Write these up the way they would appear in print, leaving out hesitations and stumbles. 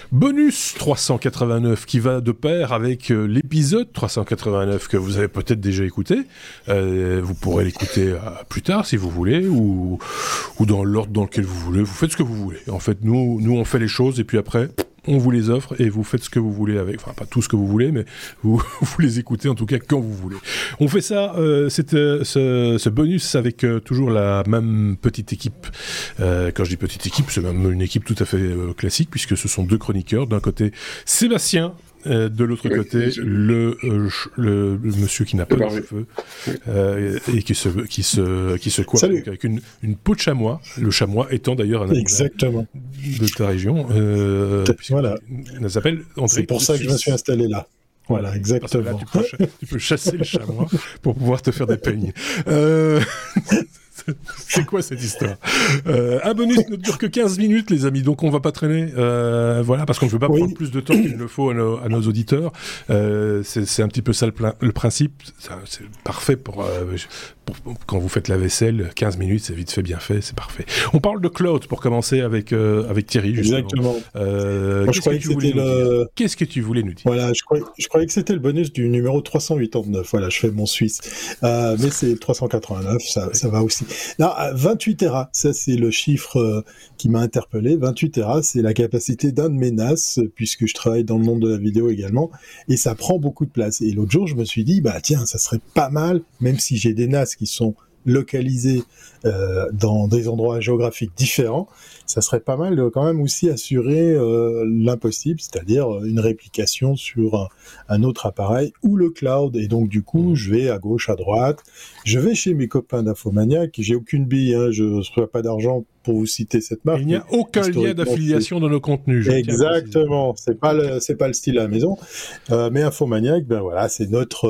Bonus 389 qui va de pair avec l'épisode 389 que vous avez peut-être déjà écouté. Vous pourrez l'écouter plus tard si vous voulez ou dans l'ordre dans lequel vous voulez. Vous faites ce que vous voulez. En fait, nous on fait les choses et puis après on vous les offre et vous faites ce que vous voulez avec. Enfin, pas tout ce que vous voulez, mais vous les écoutez en tout cas quand vous voulez. On fait ça, ce bonus avec toujours la même petite équipe. Quand je dis petite équipe, c'est même une équipe tout à fait classique puisque ce sont deux chroniqueurs. D'un côté, Sébastien. De l'autre côté, le monsieur qui n'a pas de cheveux et qui se coiffe avec une peau de chamois. Le chamois étant d'ailleurs un animal de ta région. Voilà. Ça s'appelle André. C'est pour ça que je me suis installé là. Voilà, exactement. Là, tu peux chasser le chamois pour pouvoir te faire des peignes. C'est quoi cette histoire? Un bonus ne dure que 15 minutes, les amis, donc on va pas traîner. Voilà, parce qu'on ne veut pas prendre plus de temps qu'il ne faut à nos auditeurs. C'est un petit peu ça le principe. C'est parfait pour quand vous faites la vaisselle. 15 minutes, c'est vite fait, bien fait, c'est parfait. On parle de cloud pour commencer avec Thierry, justement. Exactement. Moi, je croyais que c'était Qu'est-ce que tu voulais nous dire? Voilà, je croyais que c'était le bonus du numéro 389. Voilà, je fais mon suisse. Mais c'est 389, ça va aussi. Non, 28 Tera, ça c'est le chiffre qui m'a interpellé. 28 Tera, c'est la capacité d'un de mes NAS, puisque je travaille dans le monde de la vidéo également, et ça prend beaucoup de place. Et l'autre jour, je me suis dit, bah tiens, ça serait pas mal, même si j'ai des NAS qui sont localisés dans des endroits géographiques différents, ça serait pas mal de quand même aussi assurer l'impossible, c'est-à-dire une réplication sur un autre appareil ou le cloud. Et donc du coup, je vais à gauche, à droite, je vais chez mes copains d'Infomaniac, j'ai aucune bille, je ne reçois pas d'argent pour vous citer cette marque. Il n'y a aucun lien d'affiliation dans nos contenus. Exactement, c'est pas le style à la maison, mais Infomaniac, ben voilà, c'est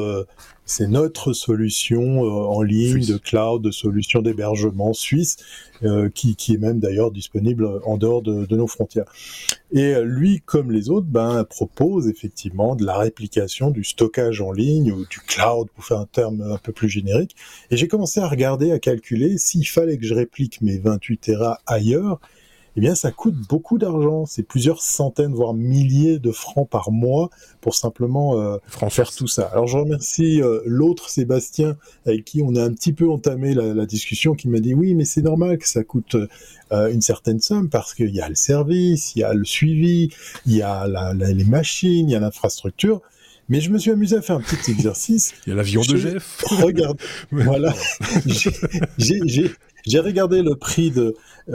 notre solution en ligne de cloud, de solution d'hébergement suisse, qui est même d'ailleurs disponible en dehors de nos frontières. Et lui, comme les autres, propose effectivement de la réplication, du stockage en ligne ou du cloud, pour faire un terme un peu plus générique. Et j'ai commencé à regarder, à calculer s'il fallait que je réplique mes 28 Tera ailleurs. Eh bien, ça coûte beaucoup d'argent. C'est plusieurs centaines, voire milliers de francs par mois pour simplement faire tout ça. Alors, je remercie l'autre Sébastien avec qui on a un petit peu entamé la discussion, qui m'a dit oui, mais c'est normal que ça coûte une certaine somme parce qu'il y a le service, il y a le suivi, il y a les machines, il y a l'infrastructure. Mais je me suis amusé à faire un petit exercice. Il y a l'avion de Jeff. Regarde, voilà. J'ai regardé le prix de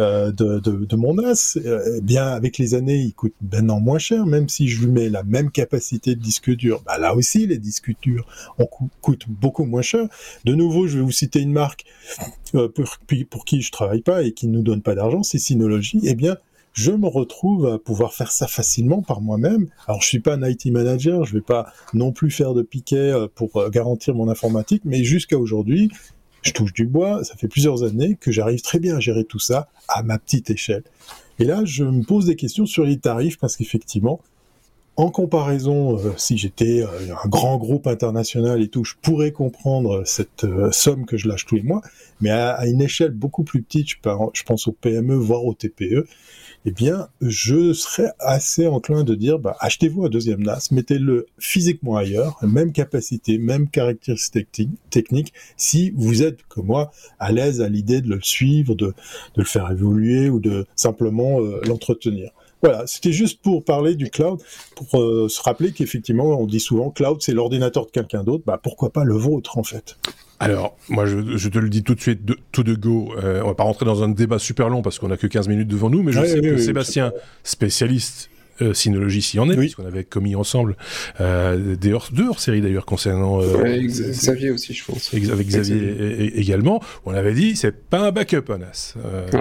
mon NAS. Bien, avec les années, il coûte maintenant moins cher, même si je lui mets la même capacité de disque dur. Là aussi, les disques durs coûtent beaucoup moins cher. De nouveau, je vais vous citer une marque pour qui je travaille pas et qui ne nous donne pas d'argent, c'est Synology. Eh bien, je me retrouve à pouvoir faire ça facilement par moi-même. Alors, je suis pas un IT manager, je vais pas non plus faire de piquet pour garantir mon informatique, mais jusqu'à aujourd'hui, je touche du bois, ça fait plusieurs années que j'arrive très bien à gérer tout ça à ma petite échelle. Et là, je me pose des questions sur les tarifs parce qu'effectivement, en comparaison, si j'étais un grand groupe international et tout, je pourrais comprendre cette somme que je lâche tous les mois, mais à une échelle beaucoup plus petite, je pense aux PME, voire aux TPE, eh bien, je serais assez enclin de dire, achetez-vous un deuxième NAS, mettez-le physiquement ailleurs, même capacité, même caractéristiques techniques, si vous êtes, comme moi, à l'aise à l'idée de le suivre, de le faire évoluer ou de simplement l'entretenir. Voilà, c'était juste pour parler du cloud, pour se rappeler qu'effectivement, on dit souvent, cloud, c'est l'ordinateur de quelqu'un d'autre, pourquoi pas le vôtre, en fait. Alors, moi, je te le dis tout de suite, tout de go, on va pas rentrer dans un débat super long parce qu'on a que 15 minutes devant nous, mais je sais que Sébastien, spécialiste Synology, s'y en est, puisqu'on avait commis ensemble deux hors-séries d'ailleurs concernant... Xavier aussi, je pense. Avec Xavier également, on avait dit, c'est pas un backup, un NAS.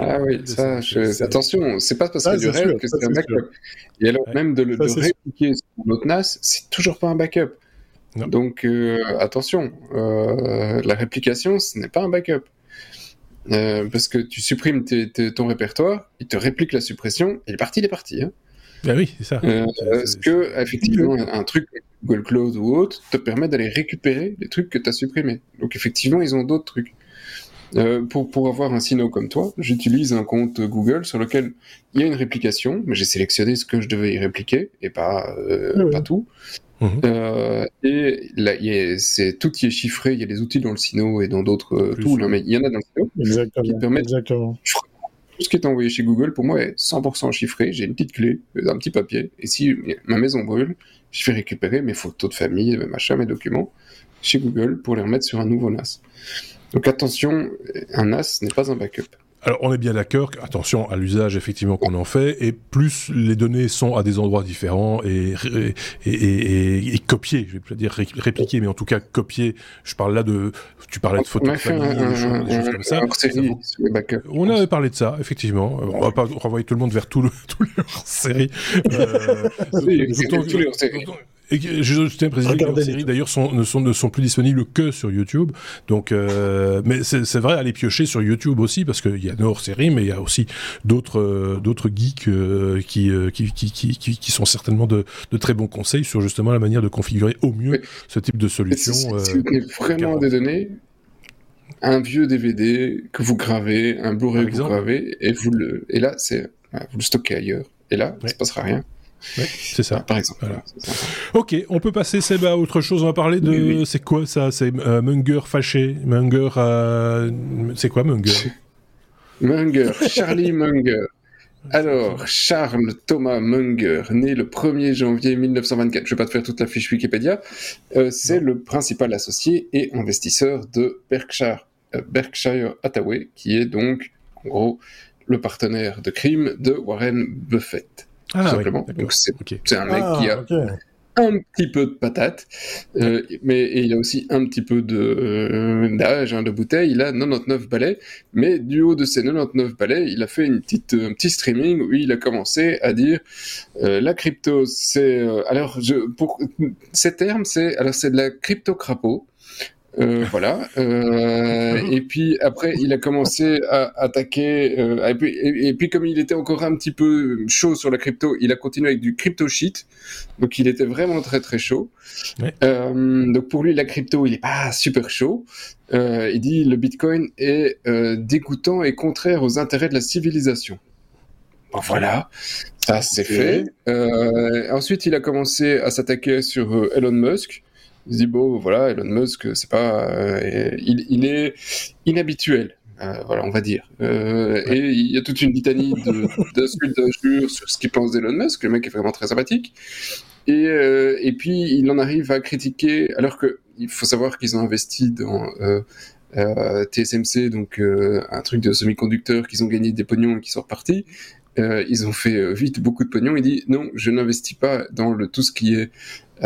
Attention, c'est pas parce que du RAID que c'est un backup. Et alors, même de répliquer sur notre NAS, c'est toujours pas un backup. Non. Donc, attention, la réplication, ce n'est pas un backup. Parce que tu supprimes ton répertoire, il te réplique la suppression, et il est parti. Hein. Ah oui, c'est ça. Parce que, effectivement, un truc Google Cloud ou autre te permet d'aller récupérer les trucs que tu as supprimés. Donc, effectivement, ils ont d'autres trucs. Pour avoir un Sino comme toi, j'utilise un compte Google sur lequel il y a une réplication, mais j'ai sélectionné ce que je devais y répliquer et pas tout. Et là, c'est tout qui est chiffré. Il y a des outils dans le Sino et dans d'autres tools, mais il y en a dans le Sino qui permettent. Tout ce qui est envoyé chez Google, pour moi, est 100% chiffré. J'ai une petite clé, un petit papier, et si ma maison brûle, je fais récupérer mes photos de famille, mes documents chez Google pour les remettre sur un nouveau NAS. Donc attention, un NAS n'est pas un backup. Alors, on est bien d'accord, attention à l'usage effectivement qu'on en fait, et plus les données sont à des endroits différents et copiées, je vais pas dire répliquées, mais en tout cas copiées. Je parle là tu parlais de photos de famille, des choses comme ça. On avait parlé de ça, effectivement. On va pas renvoyer tout le monde vers tous les hors-séries. Et je tiens à préciser que les hors-séries d'ailleurs ne sont plus disponibles que sur YouTube. Donc, mais c'est vrai, aller piocher sur YouTube aussi, parce qu'il y a nos hors-séries, mais il y a aussi d'autres geeks qui sont certainement de très bons conseils sur justement la manière de configurer au mieux ce type de solution. Si vous avez vraiment des données, un vieux DVD que vous gravez, un Blu-ray que vous gravez, et là, vous le stockez ailleurs. Et là, il ne se passera rien. Ouais, c'est ça. Par exemple. Voilà. Ok, on peut passer, Seb, à autre chose. On va parler de... Oui. C'est quoi ça ? C'est Munger fâché. Munger... C'est quoi Munger ? Munger, Charlie Munger. Alors, Charles Thomas Munger, né le 1er janvier 1924. Je ne vais pas te faire toute la fiche Wikipédia. C'est le principal associé et investisseur de Berkshire Hathaway, qui est donc, en gros, le partenaire de crime de Warren Buffett. Tout simplement. Oui, donc c'est un mec qui a un petit peu de patate, mais il a aussi un petit peu d'âge, de bouteille. Il a 99 balais, mais du haut de ces 99 balais, il a fait un petit streaming où il a commencé à dire la crypto, c'est pour ces termes, c'est de la crypto crapaud. Voilà. Et puis après, il a commencé à attaquer. Et puis comme il était encore un petit peu chaud sur la crypto, il a continué avec du crypto shit. Donc il était vraiment très très chaud. Ouais. Donc pour lui, la crypto, il est pas super chaud. Il dit le Bitcoin est dégoûtant et contraire aux intérêts de la civilisation. Bon, voilà, ça c'est fait. Ensuite, il a commencé à s'attaquer sur Elon Musk. Il se dit bon, voilà, Elon Musk, c'est pas, il est inhabituel, voilà, on va dire. Et il y a toute une litanie d'insultes, d'injures sur ce qu'il pense d'Elon Musk. Le mec est vraiment très sympathique. Et puis il en arrive à critiquer, alors que il faut savoir qu'ils ont investi dans TSMC, donc un truc de semi-conducteurs, qu'ils ont gagné des pognons et qui sont repartis. Ils ont fait vite beaucoup de pognon. Il dit non, je n'investis pas dans tout ce qui est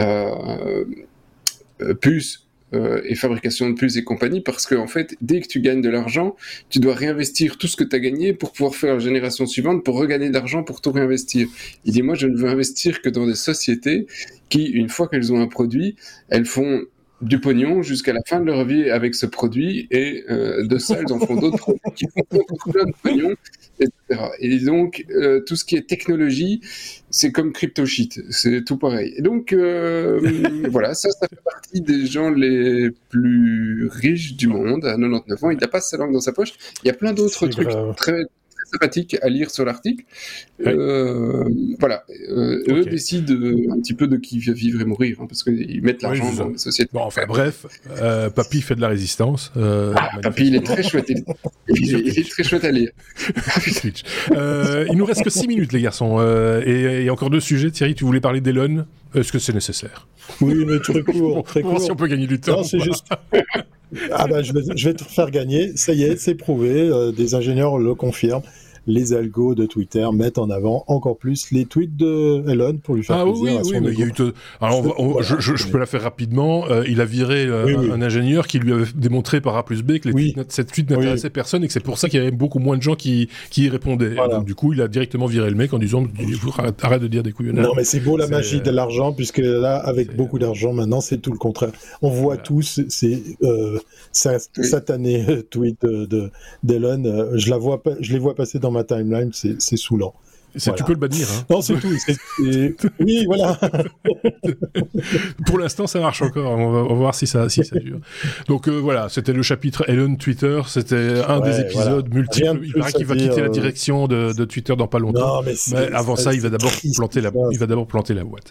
puces et fabrication de puces et compagnie, parce que en fait, dès que tu gagnes de l'argent, tu dois réinvestir tout ce que tu as gagné pour pouvoir faire la génération suivante, pour regagner de l'argent, pour tout réinvestir. Il dit, moi, je ne veux investir que dans des sociétés qui, une fois qu'elles ont un produit, elles font du pognon jusqu'à la fin de leur vie avec ce produit, et de ça, elles en font d'autres produits qui font plein de pognon, etc. Et donc, tout ce qui est technologie, c'est comme crypto shit, c'est tout pareil. Et donc, voilà, ça fait partie des gens les plus riches du monde, à 99 ans, il n'a pas sa langue dans sa poche. Il y a plein d'autres trucs très sympathique à lire sur l'article. Voilà. Eux décident un petit peu de qui va vivre et mourir, hein, parce qu'ils mettent l'argent dans les sociétés. Bon, enfin bref, Papy fait de la résistance. Papy, il est très chouette. Il est très chouette à lire. Il nous reste que 6 minutes, les garçons. Et encore 2 sujets. Thierry, tu voulais parler d'Elon. Est-ce que c'est nécessaire ? Oui, mais très court. Pour voir si on peut gagner du temps. Non, c'est juste... je vais te faire gagner. Ça y est, c'est prouvé. Des ingénieurs le confirment. Les algos de Twitter mettent en avant encore plus les tweets de Elon pour lui faire plaisir à son mais il y a eu alors je peux la faire rapidement. Il a viré un ingénieur qui lui avait démontré par A plus B que cette tweet n'intéressait personne et que c'est pour ça qu'il y avait beaucoup moins de gens qui y répondaient. Voilà. Donc du coup, il a directement viré le mec en disant arrête de dire des couillonnages. Non, mais c'est beau la magie de l'argent, puisque là, avec beaucoup d'argent, maintenant, c'est tout le contraire. On voit tous ces satanés tweets d'Elon. Je les vois passer dans ma timeline, c'est saoulant. Voilà. Tu peux le bannir. Hein. Non, c'est tout. Oui, voilà. Pour l'instant, ça marche encore. On va voir si ça dure. Donc voilà, c'était le chapitre Elon Twitter. C'était un des épisodes multiples. Il paraît qu'il va quitter la direction de Twitter dans pas longtemps. Non, mais avant ça, il va d'abord planter la boîte.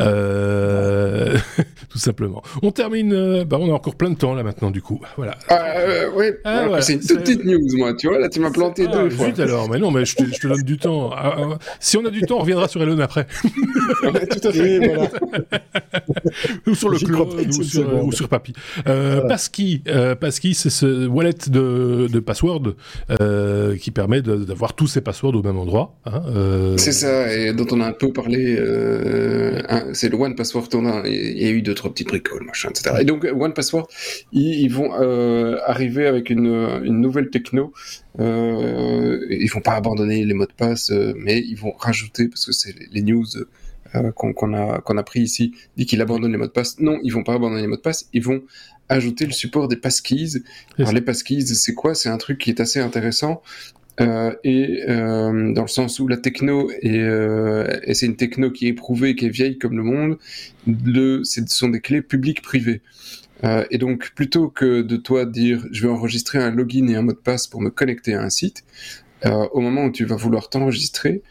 Tout simplement. On termine. On a encore plein de temps là maintenant, du coup. Voilà. Voilà. C'est une toute petite news, moi. Tu vois, là, tu m'as planté 2 fois. Zut alors, mais non, mais je te donne du temps. Si on a du temps, on reviendra sur Elon après. Tout à fait. Voilà. Ou sur le cloud, ou sur Papy. Passkey, c'est ce wallet de password qui permet d'avoir tous ces passwords au même endroit. Hein, c'est ça, et dont on a un peu parlé. C'est le One Password. Il y a eu 2-3 petits bricoles, machin, etc. Et donc, One Password, ils vont arriver avec une nouvelle techno. Ils vont pas abandonner les mots de passe, mais ils vont rajouter, parce que c'est les news qu'on a pris ici, dit qu'ils abandonnent les mots de passe. Non, ils vont pas abandonner les mots de passe, ils vont ajouter le support des passkeys. Alors les passkeys, c'est quoi ? C'est un truc qui est assez intéressant. Dans le sens où la techno et c'est une techno qui est éprouvée, qui est vieille comme le monde, ce sont des clés publiques-privées. Et donc, plutôt que de toi dire « je vais enregistrer un login et un mot de passe pour me connecter à un site », au moment où tu vas vouloir t'enregistrer,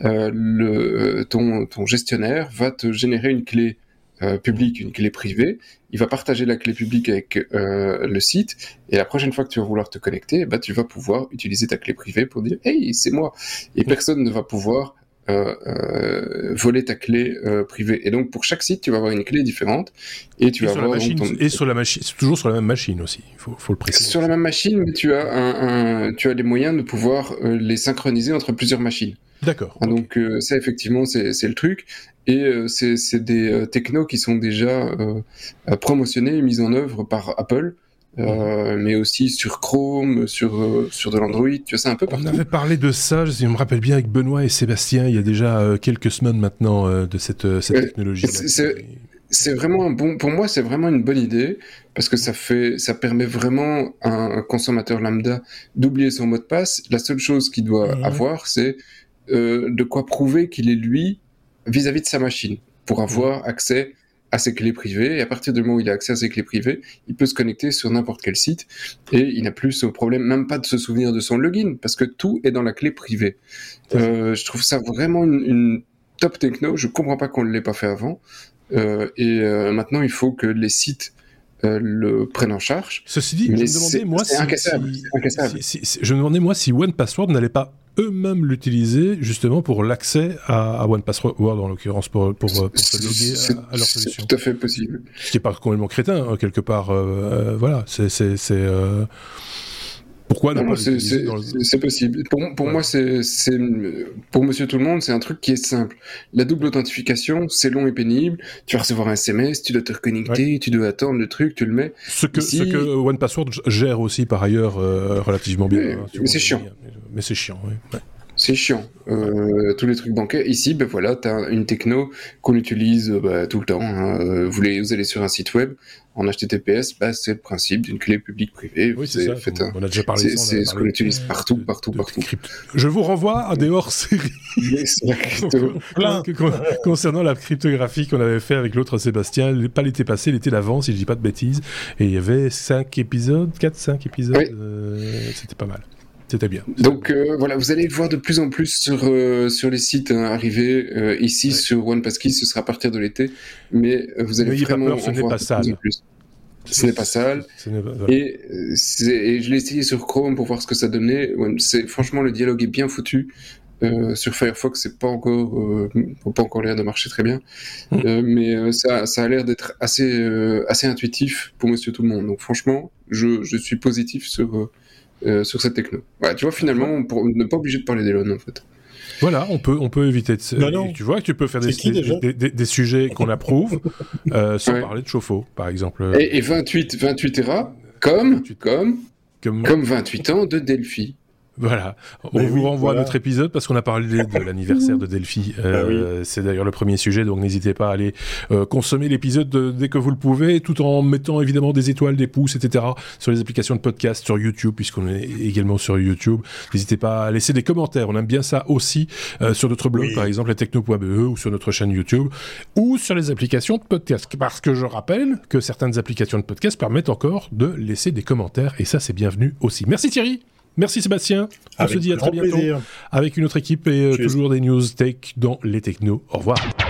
ton gestionnaire va te générer une clé publique, une clé privée. Il va partager la clé publique avec le site, et la prochaine fois que tu vas vouloir te connecter, tu vas pouvoir utiliser ta clé privée pour dire « hey, c'est moi !» Et personne ne va pouvoir voler ta clé privée. Et donc pour chaque site, tu vas avoir une clé différente, et tu vas avoir sur la machine, toujours sur la même machine aussi. Il faut le préciser. Sur la même machine, mais tu as les moyens de pouvoir les synchroniser entre plusieurs machines. D'accord. Okay. Donc ça, effectivement, c'est le truc. Et c'est des technos qui sont déjà promotionnés et mis en œuvre par Apple. Mais aussi sur Chrome, sur de l'Android, tu vois, c'est un peu partout. On avait parlé de ça, je me rappelle bien, avec Benoît et Sébastien, il y a déjà quelques semaines maintenant de cette technologie. C'est vraiment pour moi, c'est vraiment une bonne idée, parce que ça permet vraiment à un consommateur lambda d'oublier son mot de passe. La seule chose qu'il doit avoir, c'est de quoi prouver qu'il est lui vis-à-vis de sa machine, pour avoir accès à ses clés privées, et à partir du moment où il a accès à ses clés privées, il peut se connecter sur n'importe quel site, et il n'a plus ce problème, même pas de se souvenir de son login, parce que tout est dans la clé privée. Je trouve ça vraiment une top techno, je comprends pas qu'on ne l'ait pas fait avant, et maintenant il faut que les sites le prennent en charge. Ceci dit, je me demandais moi si One Password n'allait pas eux-mêmes l'utiliser justement pour l'accès à One Password, en l'occurrence pour se loguer à leur solution. C'est tout à fait possible. Ce qui n'est pas complètement crétin, hein, quelque part. Voilà, pourquoi ne pas l'utiliser c'est possible. Pour moi, pour Monsieur Tout le Monde, c'est un truc qui est simple. La double authentification, c'est long et pénible. Tu vas recevoir un SMS, tu dois te reconnecter, tu dois attendre le truc, tu le mets. Ce que One Password gère aussi par ailleurs relativement bien. Mais c'est chiant. Mais c'est chiant, oui. Ouais. C'est chiant. Tous les trucs bancaires. Ici, voilà, t'as une techno qu'on utilise tout le temps. Hein. Vous allez sur un site web, en HTTPS, c'est le principe d'une clé publique-privée. Oui, c'est ça. On a déjà parlé de ça. C'est ce qu'on utilise partout. Je vous renvoie à des hors-séries concernant la cryptographie qu'on avait fait avec l'autre Sébastien, pas l'été passé, l'été d'avant, si je dis pas de bêtises. Et il y avait 4-5 épisodes. Oui. C'était pas mal. C'était bien. Donc voilà, vous allez le voir de plus en plus sur les sites arriver ici sur OnePasskey, ce sera à partir de l'été, mais vous allez vraiment en voir de plus en plus. Ce n'est pas sale. Et je l'ai essayé sur Chrome pour voir ce que ça donnait. Franchement, le dialogue est bien foutu. Sur Firefox, c'est pas encore l'air de marcher très bien, mais ça a l'air d'être assez intuitif pour Monsieur Tout le Monde. Donc franchement, je suis positif sur cette techno. Ouais, tu vois, finalement, on n'est pas obligé de parler d'Elon, en fait. Voilà, on peut éviter de... Tu vois que tu peux faire des sujets qu'on approuve sans parler de chauffe-eau, par exemple. Et 28 Tera, comme 28 ans de Delphi. Voilà, on vous renvoie à notre épisode parce qu'on a parlé de l'anniversaire de Delphi. C'est d'ailleurs le premier sujet, donc n'hésitez pas à aller consommer l'épisode dès que vous le pouvez, tout en mettant évidemment des étoiles, des pouces, etc. sur les applications de podcast, sur YouTube, puisqu'on est également sur YouTube. N'hésitez pas à laisser des commentaires, on aime bien ça aussi sur notre blog, par exemple, techno.be, ou sur notre chaîne YouTube, ou sur les applications de podcast. Parce que je rappelle que certaines applications de podcast permettent encore de laisser des commentaires, et ça c'est bienvenu aussi. Merci Thierry. Merci Sébastien, on se dit à très bientôt avec une autre équipe et toujours des news tech dans les technos. Au revoir.